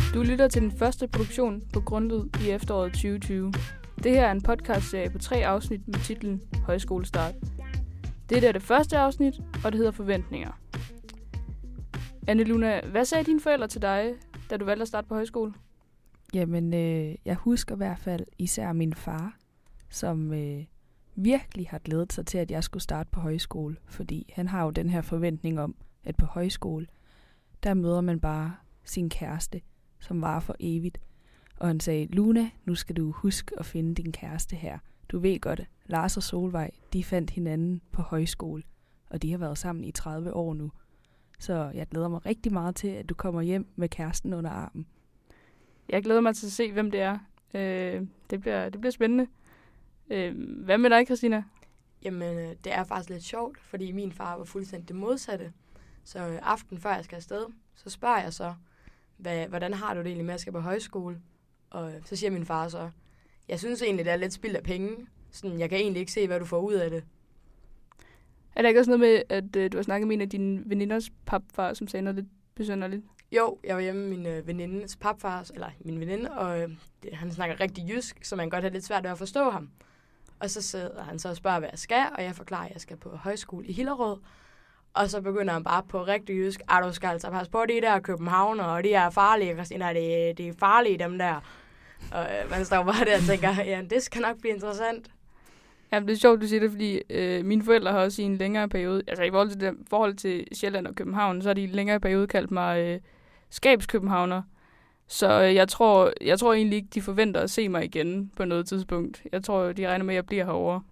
Du lytter til den første produktion på Grundlyd i efteråret 2020. Det her er en podcastserie på 3 afsnit med titlen Højskolestart. Det er det første afsnit, og det hedder Forventninger. Anne Luna, hvad sagde dine forældre til dig, da du valgte at starte på højskole? Jamen, jeg husker i hvert fald især min far, som virkelig har glædet sig til, at jeg skulle starte på højskole. Fordi han har jo den her forventning om, at på højskole, der møder man bare sin kæreste, som varer for evigt. Og han sagde, Luna, nu skal du huske at finde din kæreste her. Du ved godt, Lars og Solvej, de fandt hinanden på højskole, og de har været sammen i 30 år nu. Så jeg glæder mig rigtig meget til, at du kommer hjem med kæresten under armen. Jeg glæder mig til at se, hvem det er. Det bliver spændende. Hvad med dig, Christina? Jamen, det er faktisk lidt sjovt, fordi min far var fuldstændig det modsatte. Så aften før jeg skal afsted, så spørger jeg så, hvordan har du det egentlig med at skal på højskole? Og så siger min far så, jeg synes egentlig, det er lidt spild af penge. Sådan, jeg kan egentlig ikke se, hvad du får ud af det. Er der ikke også noget med, at du har snakket med en af dine veninders papfar, som sagde noget lidt besynderligt? Jo, jeg var hjemme med min venindes papfar, eller min veninde, og han snakker rigtig jysk, så man kan godt have lidt svært ved at forstå ham. Og så sidder han så og spørger, hvad jeg skal, og jeg forklarer, at jeg skal på højskole i Hillerød. Og så begynder han bare på rigtig jysk, du skal altså passe på de der københavner, og de er farlige, Christina, det er farlige dem der. Og man står bare der og tænker, ja, det skal nok blive interessant. Ja, det er sjovt, du siger det, fordi mine forældre har også i en længere periode, altså i forhold til Sjælland og København, så har de i en længere periode kaldt mig skabskøbenhavner. Så jeg tror egentlig ikke, de forventer at se mig igen på noget tidspunkt. Jeg tror, de regner med, at jeg bliver herovre.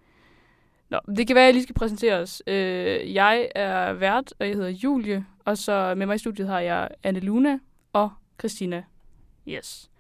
Nå, det kan være, at jeg lige skal præsentere os. Jeg er vært, og jeg hedder Julie, og så med mig i studiet har jeg Anne Luna og Christina. Yes.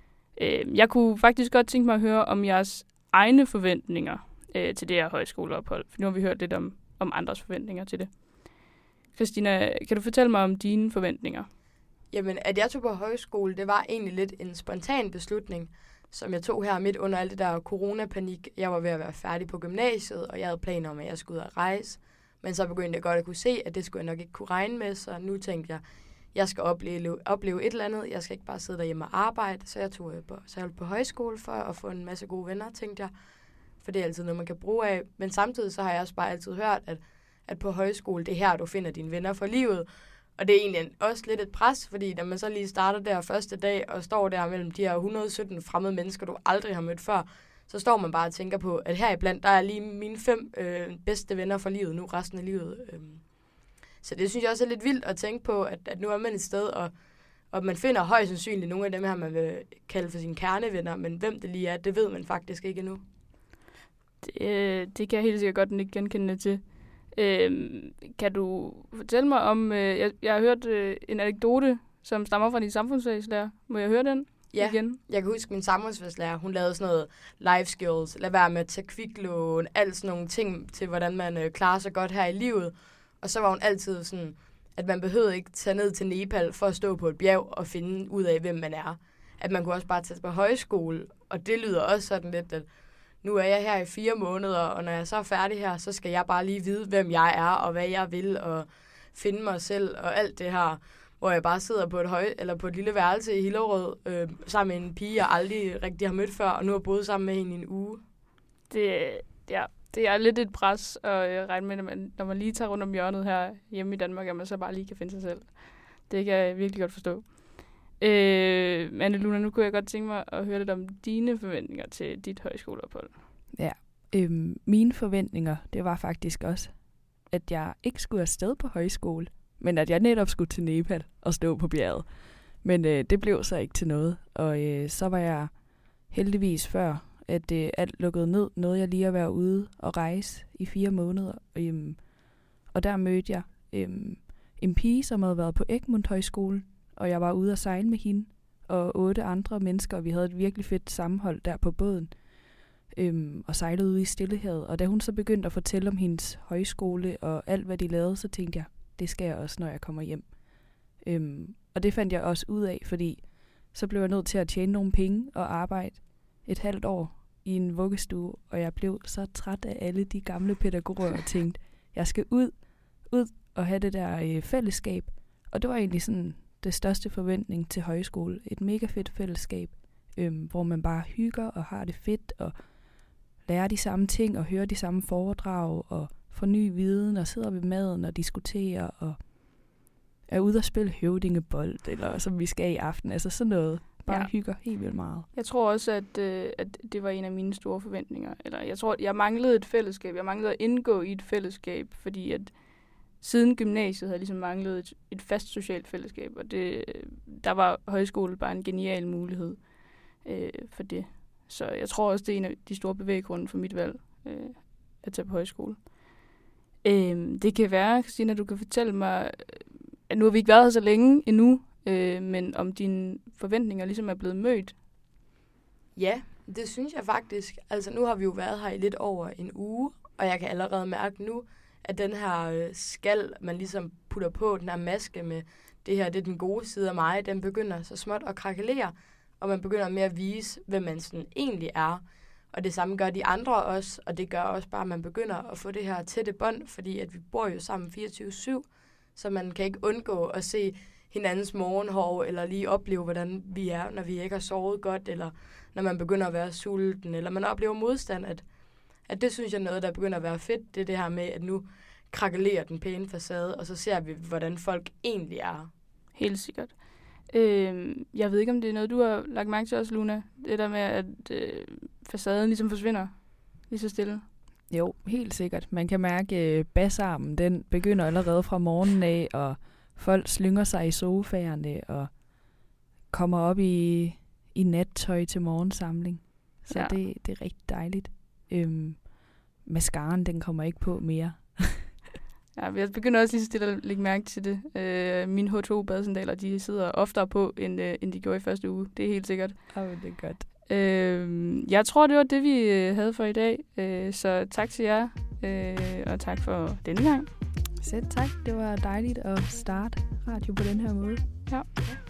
Jeg kunne faktisk godt tænke mig at høre om jeres egne forventninger til det her højskoleophold, for nu har vi hørt lidt om andres forventninger til det. Christina, kan du fortælle mig om dine forventninger? Jamen, at jeg tog på højskole, det var egentlig lidt en spontan beslutning, som jeg tog her midt under alt det der coronapanik. Jeg var ved at være færdig på gymnasiet, og jeg havde planer om, at jeg skulle ud og rejse. Men så begyndte jeg godt at kunne se, at det skulle jeg nok ikke kunne regne med, så nu tænkte jeg skal opleve et eller andet. Jeg skal ikke bare sidde derhjemme og arbejde, så jeg tog på højskole for at få en masse gode venner, tænkte jeg. For det er altid noget, man kan bruge af. Men samtidig så har jeg også bare altid hørt, at på højskole, det er her, du finder dine venner for livet. Og det er egentlig også lidt et pres, fordi når man så lige starter der første dag og står der mellem de her 117 fremmede mennesker, du aldrig har mødt før, så står man bare og tænker på, at heriblandt, der er lige mine 5 bedste venner for livet nu, resten af livet. Så det synes jeg også er lidt vildt at tænke på, at nu er man et sted, og man finder højst sandsynligt nogle af dem her, man vil kalde for sine kernevenner, men hvem det lige er, det ved man faktisk ikke endnu. Det kan jeg helt sikkert godt ikke genkende til. Kan du fortælle mig om, jeg har hørt en anekdote, som stammer fra din samfundsfagslærer. Må jeg høre den igen? Jeg kan huske min samfundsfagslærer, hun lavede sådan noget life skills, lad være med at tage kviklån, alt sådan nogle ting til, hvordan man klarer sig godt her i livet. Og så var hun altid sådan, at man behøvede ikke tage ned til Nepal for at stå på et bjerg og finde ud af, hvem man er. At man kunne også bare tage på højskole, og det lyder også sådan lidt, at nu er jeg her i 4 måneder, og når jeg så er færdig her, så skal jeg bare lige vide, hvem jeg er, og hvad jeg vil, og finde mig selv, og alt det her, hvor jeg bare sidder på et lille værelse i Hillerød, sammen med en pige, jeg aldrig rigtig har mødt før, og nu har boet sammen med hende i en uge. Det er lidt et pres at regne med, når man lige tager rundt om hjørnet her hjemme i Danmark, at man så bare lige kan finde sig selv. Det kan jeg virkelig godt forstå. Anne Luna, nu kunne jeg godt tænke mig at høre lidt om dine forventninger til dit højskoleophold. Ja, mine forventninger, det var faktisk også, at jeg ikke skulle afsted på højskole, men at jeg netop skulle til Nepal og stå på bjerget. Men det blev så ikke til noget, og så var jeg heldigvis før, at alt lukkede ned, nåede jeg lige at være ude og rejse i 4 måneder. Og der mødte jeg en pige, som havde været på Egmont Højskole, og jeg var ude at sejle med hende og 8 andre mennesker, og vi havde et virkelig fedt sammenhold der på båden, og sejlede ude i Stillehavet. Og da hun så begyndte at fortælle om hendes højskole og alt, hvad de lavede, så tænkte jeg, det skal jeg også, når jeg kommer hjem. Og det fandt jeg også ud af, fordi så blev jeg nødt til at tjene nogle penge og arbejde et halvt år i en vuggestue, og jeg blev så træt af alle de gamle pædagoger og tænkte, jeg skal ud og have det der fællesskab. Og det var egentlig sådan det største forventning til højskole. Et mega fedt fællesskab, hvor man bare hygger og har det fedt og lærer de samme ting og hører de samme foredrag og får ny viden og sidder ved maden og diskuterer og er ude at spille høvdingebold, eller som vi skal i aften. Altså sådan noget. Bare hygger helt vildt meget. Jeg tror også, at det var en af mine store forventninger. Eller jeg tror, jeg manglede et fællesskab. Jeg manglede at indgå i et fællesskab, fordi at siden gymnasiet havde jeg ligesom manglet et fast socialt fællesskab, og der var højskole bare en genial mulighed for det. Så jeg tror også, det er en af de store bevæggrunde for mit valg at tage på højskole. Det kan være, Christina, du kan fortælle mig, at nu har vi ikke været her så længe endnu, men om dine forventninger ligesom er blevet mødt. Ja, det synes jeg faktisk. Altså nu har vi jo været her i lidt over en uge, og jeg kan allerede mærke nu, at den her skal, man ligesom putter på, den her maske med det her, det er den gode side af mig, den begynder så småt at krakelere, og man begynder med at vise, hvem man sådan egentlig er. Og det samme gør de andre også, og det gør også bare, at man begynder at få det her tætte bånd, fordi at vi bor jo sammen 24/7, så man kan ikke undgå at se hinandens morgenhår, eller lige opleve, hvordan vi er, når vi ikke har sovet godt, eller når man begynder at være sulten, eller man oplever modstand, at det synes jeg er noget, der begynder at være fedt, det er det her med, at nu krakelerer den pæne facade, og så ser vi, hvordan folk egentlig er. Helt sikkert. Jeg ved ikke, om det er noget, du har lagt mærke til også, Luna. Det der med, at facaden ligesom forsvinder lige så stille. Jo, helt sikkert. Man kan mærke, at bassarmen, den begynder allerede fra morgenen af, og folk slynger sig i sofaerne og kommer op i nattøj til morgensamling. Så ja. Det er rigtig dejligt. Mascaraen, den kommer ikke på mere. Ja, jeg begynder også lige så stille at lægge mærke til det. Mine H2-badesandaler, de sidder oftere på, end de gjorde i første uge. Det er helt sikkert. Det er godt. Jeg tror, det var det, vi havde for i dag. Så tak til jer, og tak for denne gang. Selv tak. Det var dejligt at starte radio på den her måde. Ja.